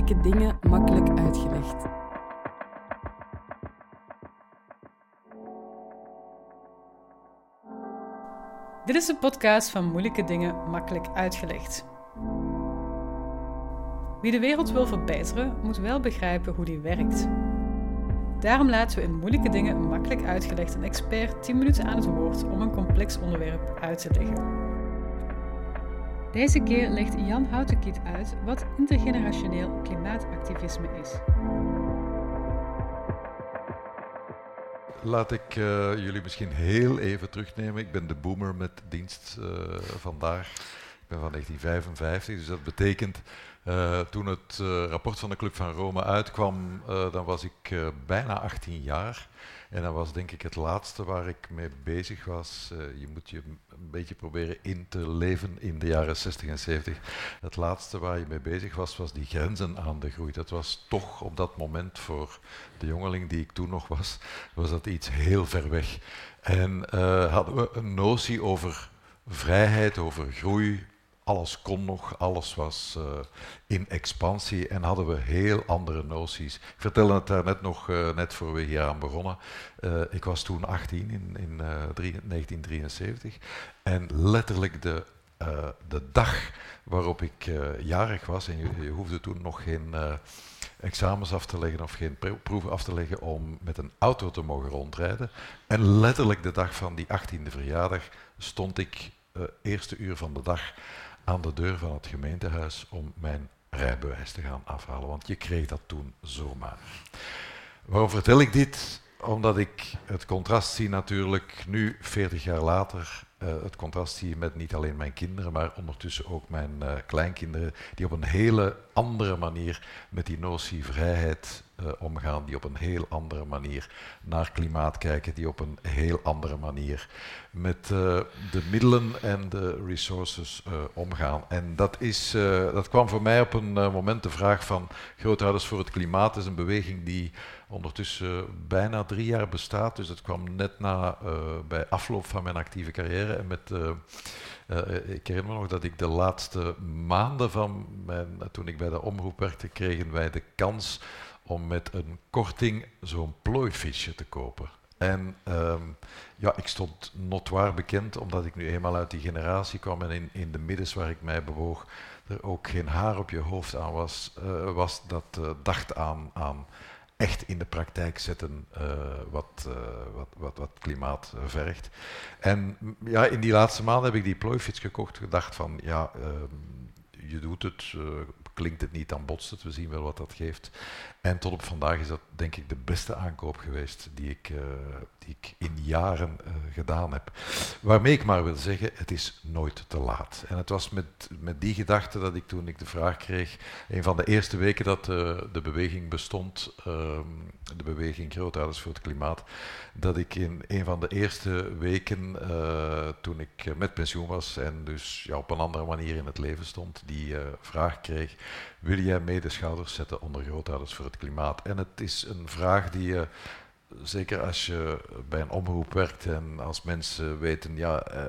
Moeilijke dingen makkelijk uitgelegd. Dit is de podcast van Moeilijke dingen makkelijk uitgelegd. Wie de wereld wil verbeteren, moet wel begrijpen hoe die werkt. Daarom laten we in Moeilijke dingen makkelijk uitgelegd een expert 10 minuten aan het woord om een complex onderwerp uit te leggen. Deze keer legt Jan Houtenkiet uit wat intergenerationeel klimaatactivisme is. Laat ik jullie misschien heel even terugnemen. Ik ben de boomer met dienst vandaag. Ik ben van 1955, dus dat betekent toen het rapport van de Club van Rome uitkwam, dan was ik bijna 18 jaar. En dat was denk ik het laatste waar ik mee bezig was. Je moet je een beetje proberen in te leven in de jaren 60 en 70. Het laatste waar je mee bezig was, was die grenzen aan de groei. Dat was toch op dat moment voor de jongeling die ik toen nog was dat iets heel ver weg. En hadden we een notie over vrijheid, over groei. Alles kon nog, alles was in expansie en hadden we heel andere noties. Ik vertelde het daar net nog, net voor we hier aan begonnen. Ik was toen 18 in 1973 en letterlijk de dag waarop ik jarig was, en je hoefde toen nog geen examens af te leggen of geen proeven af te leggen om met een auto te mogen rondrijden. En letterlijk de dag van die 18e verjaardag stond ik eerste uur van de dag aan de deur van het gemeentehuis om mijn rijbewijs te gaan afhalen, want je kreeg dat toen zomaar. Waarom vertel ik dit? Omdat ik het contrast zie natuurlijk nu, 40 jaar later, het contrast zie met niet alleen mijn kinderen, maar ondertussen ook mijn kleinkinderen, die op een hele andere manier met die notie vrijheid omgaan, die op een heel andere manier naar klimaat kijken, die op een heel andere manier met de middelen en de resources omgaan. En dat kwam voor mij op een moment de vraag van Grootouders voor het Klimaat. Het is een beweging die ondertussen bijna 3 jaar bestaat, dus dat kwam net bij afloop van mijn actieve carrière. En ik herinner me nog dat ik de laatste maanden toen ik bij de omroep werkte, kregen wij de kans om met een korting zo'n plooivisje te kopen. En ik stond notoir bekend, omdat ik nu eenmaal uit die generatie kwam en in de middens waar ik mij bewoog, er ook geen haar op je hoofd aan was dat dacht aan echt in de praktijk zetten wat klimaat vergt. En in die laatste maanden heb ik die plooifiets gekocht, gedacht van je doet het, klinkt het niet, dan botst het, we zien wel wat dat geeft. En tot op vandaag is dat denk ik de beste aankoop geweest die ik in jaren gedaan heb. Waarmee ik maar wil zeggen, het is nooit te laat. En het was met die gedachte dat ik toen ik de vraag kreeg, een van de eerste weken dat de beweging bestond, de beweging Grootouders voor het Klimaat, dat ik in een van de eerste weken, toen ik met pensioen was en dus op een andere manier in het leven stond, die vraag kreeg: wil jij mee de schouders zetten onder Grootouders voor het Klimaat? En het is een vraag die je, zeker als je bij een omroep werkt en als mensen weten,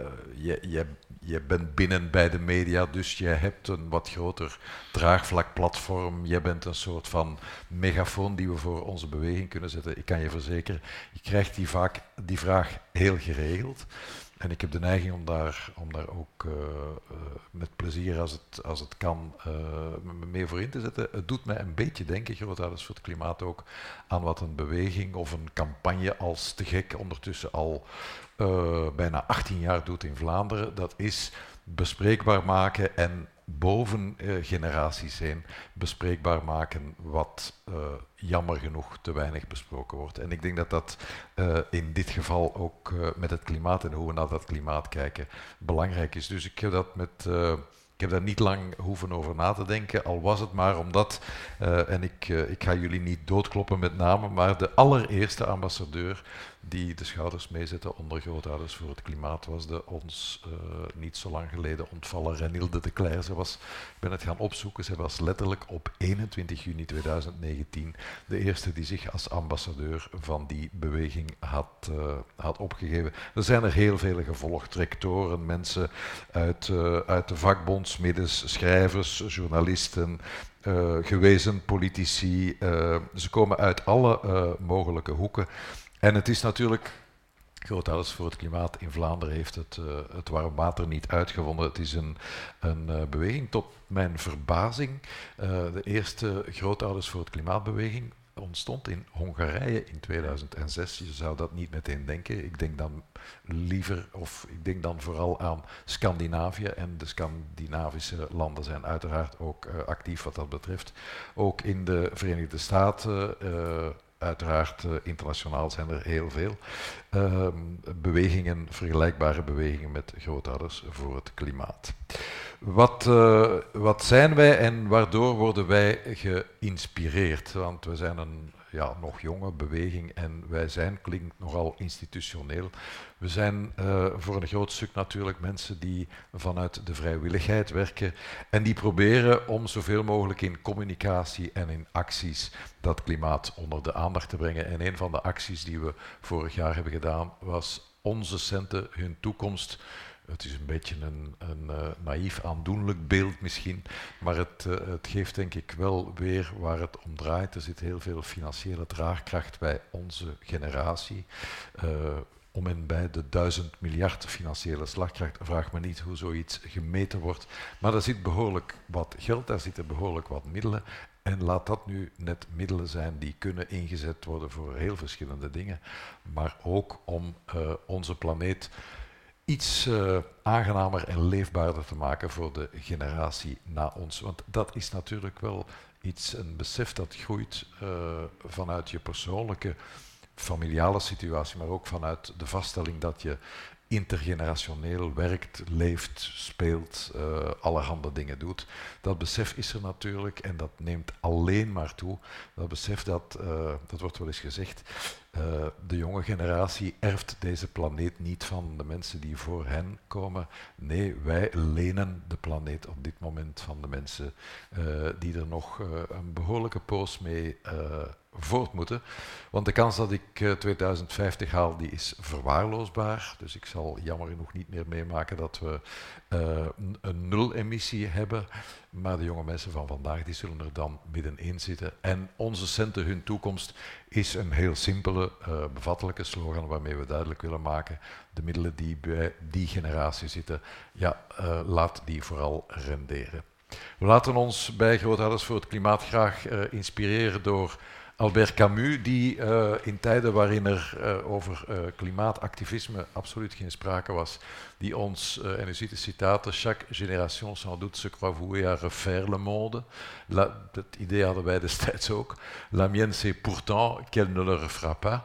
je bent binnen bij de media, dus je hebt een wat groter draagvlakplatform, je bent een soort van megafoon die we voor onze beweging kunnen zetten. Ik kan je verzekeren, je krijgt die vraag heel geregeld. En ik heb de neiging om daar ook met plezier, als het kan, me mee voor in te zetten. Het doet mij een beetje denken, Grootouders voor het Klimaat, ook aan wat een beweging of een campagne als Te Gek ondertussen al bijna 18 jaar doet in Vlaanderen. Dat is bespreekbaar maken en boven generaties heen bespreekbaar maken wat jammer genoeg te weinig besproken wordt. En ik denk dat dat in dit geval ook met het klimaat en hoe we naar dat klimaat kijken belangrijk is. Dus ik heb daar niet lang hoeven over na te denken, al was het maar omdat, en ik ga jullie niet doodkloppen met namen, maar de allereerste ambassadeur die de schouders meezette onder Grootouders voor het Klimaat was de ons niet zo lang geleden ontvallen Renilde de Cler. Ik ben het gaan opzoeken, zij was letterlijk op 21 juni 2019 de eerste die zich als ambassadeur van die beweging had opgegeven. Er zijn er heel vele gevolgd, rectoren, mensen uit de vakbond, ons midden, schrijvers, journalisten, gewezen politici. Ze komen uit alle mogelijke hoeken. En het is natuurlijk... Grootouders voor het Klimaat in Vlaanderen heeft het warm water niet uitgevonden. Het is een beweging tot mijn verbazing. De eerste Grootouders voor het Klimaatbeweging ontstond in Hongarije in 2006. Je zou dat niet meteen denken. Ik denk dan vooral aan Scandinavië. En de Scandinavische landen zijn uiteraard ook actief wat dat betreft. Ook in de Verenigde Staten... Uiteraard, internationaal zijn er heel veel bewegingen, vergelijkbare bewegingen met grootouders voor het klimaat. Wat zijn wij en waardoor worden wij geïnspireerd? Want we zijn een nog jonge beweging en wij zijn, klinkt nogal institutioneel. We zijn voor een groot stuk natuurlijk mensen die vanuit de vrijwilligheid werken en die proberen om zoveel mogelijk in communicatie en in acties dat klimaat onder de aandacht te brengen. En een van de acties die we vorig jaar hebben gedaan was Onze Centen, hun toekomst. Het is een beetje een naïef aandoenlijk beeld misschien, maar het geeft denk ik wel weer waar het om draait. Er zit heel veel financiële draagkracht bij onze generatie. Om en bij de 1000 miljard financiële slagkracht, vraag me niet hoe zoiets gemeten wordt. Maar daar zit behoorlijk wat geld, daar zitten behoorlijk wat middelen. En laat dat nu net middelen zijn die kunnen ingezet worden voor heel verschillende dingen. Maar ook om onze planeet iets aangenamer en leefbaarder te maken voor de generatie na ons. Want dat is natuurlijk wel een besef dat groeit vanuit je persoonlijke familiale situatie, maar ook vanuit de vaststelling dat je intergenerationeel werkt, leeft, speelt, allerhande dingen doet. Dat besef is er natuurlijk en dat neemt alleen maar toe. Dat besef dat wordt wel eens gezegd, de jonge generatie erft deze planeet niet van de mensen die voor hen komen. Nee, wij lenen de planeet op dit moment van de mensen die er nog een behoorlijke poos mee voort moeten. Want de kans dat ik 2050 haal, die is verwaarloosbaar. Dus ik zal jammer genoeg niet meer meemaken dat we een nul-emissie hebben. Maar de jonge mensen van vandaag, die zullen er dan middenin zitten. En Onze Centen, hun toekomst, is een heel simpele, bevattelijke slogan waarmee we duidelijk willen maken. De middelen die bij die generatie zitten, laat die vooral renderen. We laten ons bij Grootouders voor het Klimaat graag inspireren door Albert Camus, die in tijden waarin er over klimaatactivisme absoluut geen sprake was, die ons, en u ziet de citaten, chaque génération sans doute se croit vouée à refaire le monde. Dat idee hadden wij destijds ook. La mienne c'est pourtant qu'elle ne le refera pas.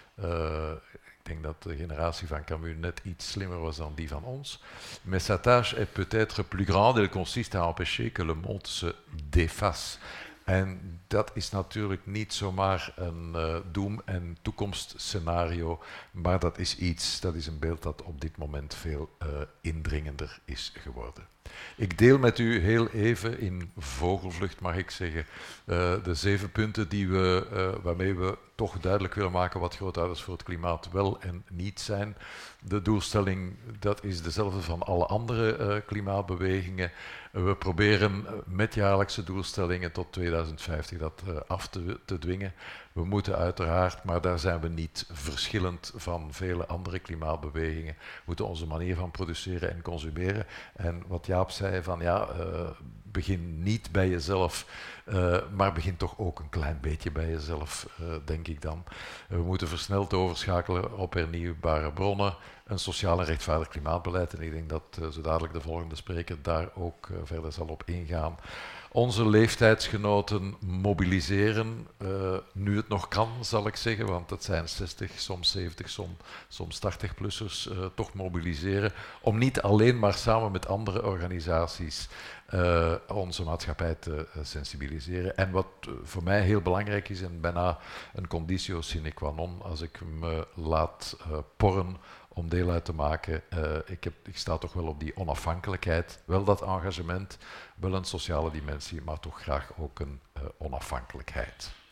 Ik denk dat de generatie van Camus net iets slimmer was dan die van ons. Mais sa tâche est peut-être plus grande, elle consiste à empêcher que le monde se défasse. En dat is natuurlijk niet zomaar een doem- en toekomstscenario, maar dat is een beeld dat op dit moment veel indringender is geworden. Ik deel met u heel even, in vogelvlucht mag ik zeggen, de 7 punten waarmee we toch duidelijk willen maken wat Grootouders voor het Klimaat wel en niet zijn. De doelstelling, dat is dezelfde van alle andere klimaatbewegingen. We proberen met jaarlijkse doelstellingen tot 2050 dat af te dwingen. We moeten uiteraard, maar daar zijn we niet verschillend van vele andere klimaatbewegingen, moeten onze manier van produceren en consumeren. En wat Jaap zei van begin niet bij jezelf, maar begin toch ook een klein beetje bij jezelf, denk ik dan. We moeten versneld overschakelen op hernieuwbare bronnen, een sociaal en rechtvaardig klimaatbeleid. En ik denk dat zo dadelijk de volgende spreker daar ook verder zal op ingaan. Onze leeftijdsgenoten mobiliseren, nu het nog kan, zal ik zeggen, want het zijn 60, soms 70, soms 80-plussers, toch mobiliseren, om niet alleen maar samen met andere organisaties onze maatschappij te sensibiliseren. En wat voor mij heel belangrijk is, en bijna een conditio sine qua non, als ik me laat porren om deel uit te maken. Ik sta toch wel op die onafhankelijkheid, wel dat engagement, wel een sociale dimensie, maar toch graag ook een onafhankelijkheid.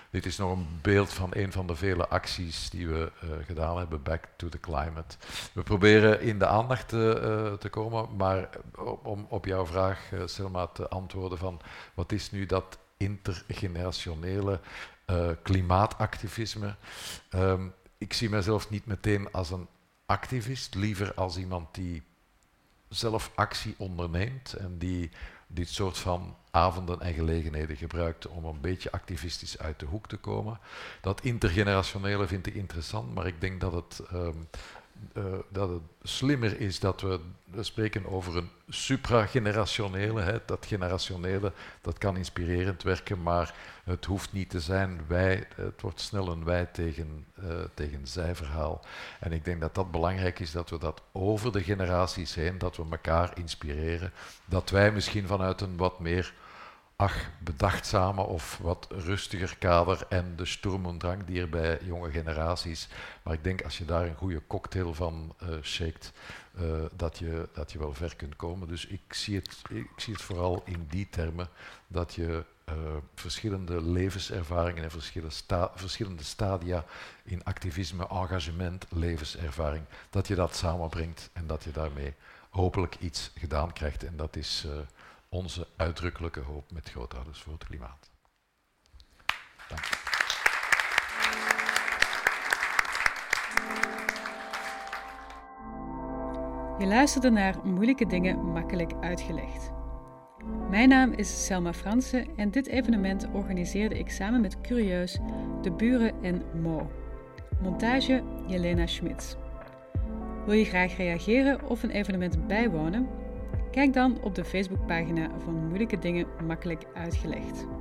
Dit is nog een beeld van een van de vele acties die we gedaan hebben, Back to the Climate. We proberen in de aandacht te komen, maar om op jouw vraag, Selma, te antwoorden van wat is nu dat intergenerationele klimaatactivisme? Ik zie mezelf niet meteen als een activist, liever als iemand die zelf actie onderneemt en die dit soort van avonden en gelegenheden gebruikt om een beetje activistisch uit de hoek te komen. Dat intergenerationele vind ik interessant, maar ik denk dat het slimmer is dat we spreken over een supragenerationele. Hè. Dat generationele, dat kan inspirerend werken, maar het hoeft niet te zijn wij. Het wordt snel een wij tegen zij verhaal. En ik denk dat dat belangrijk is, dat we dat over de generaties heen, dat we elkaar inspireren. Dat wij misschien vanuit een wat meer bedachtzame of wat rustiger kader en de sturm und drang die er bij jonge generaties. Maar ik denk als je daar een goede cocktail van shakt, dat je wel ver kunt komen. Dus ik zie het vooral in die termen, dat je verschillende levenservaringen en verschillende stadia in activisme, engagement, levenservaring, dat je dat samenbrengt en dat je daarmee hopelijk iets gedaan krijgt. En dat is onze uitdrukkelijke hoop met Grootouders voor het Klimaat. Dank u. Je luisterde naar Moeilijke Dingen Makkelijk Uitgelegd. Mijn naam is Selma Fransen en dit evenement organiseerde ik samen met Curieus, De Buren en Mo. Montage Jelena Schmitz. Wil je graag reageren of een evenement bijwonen? Kijk dan op de Facebookpagina van Moeilijke Dingen Makkelijk Uitgelegd.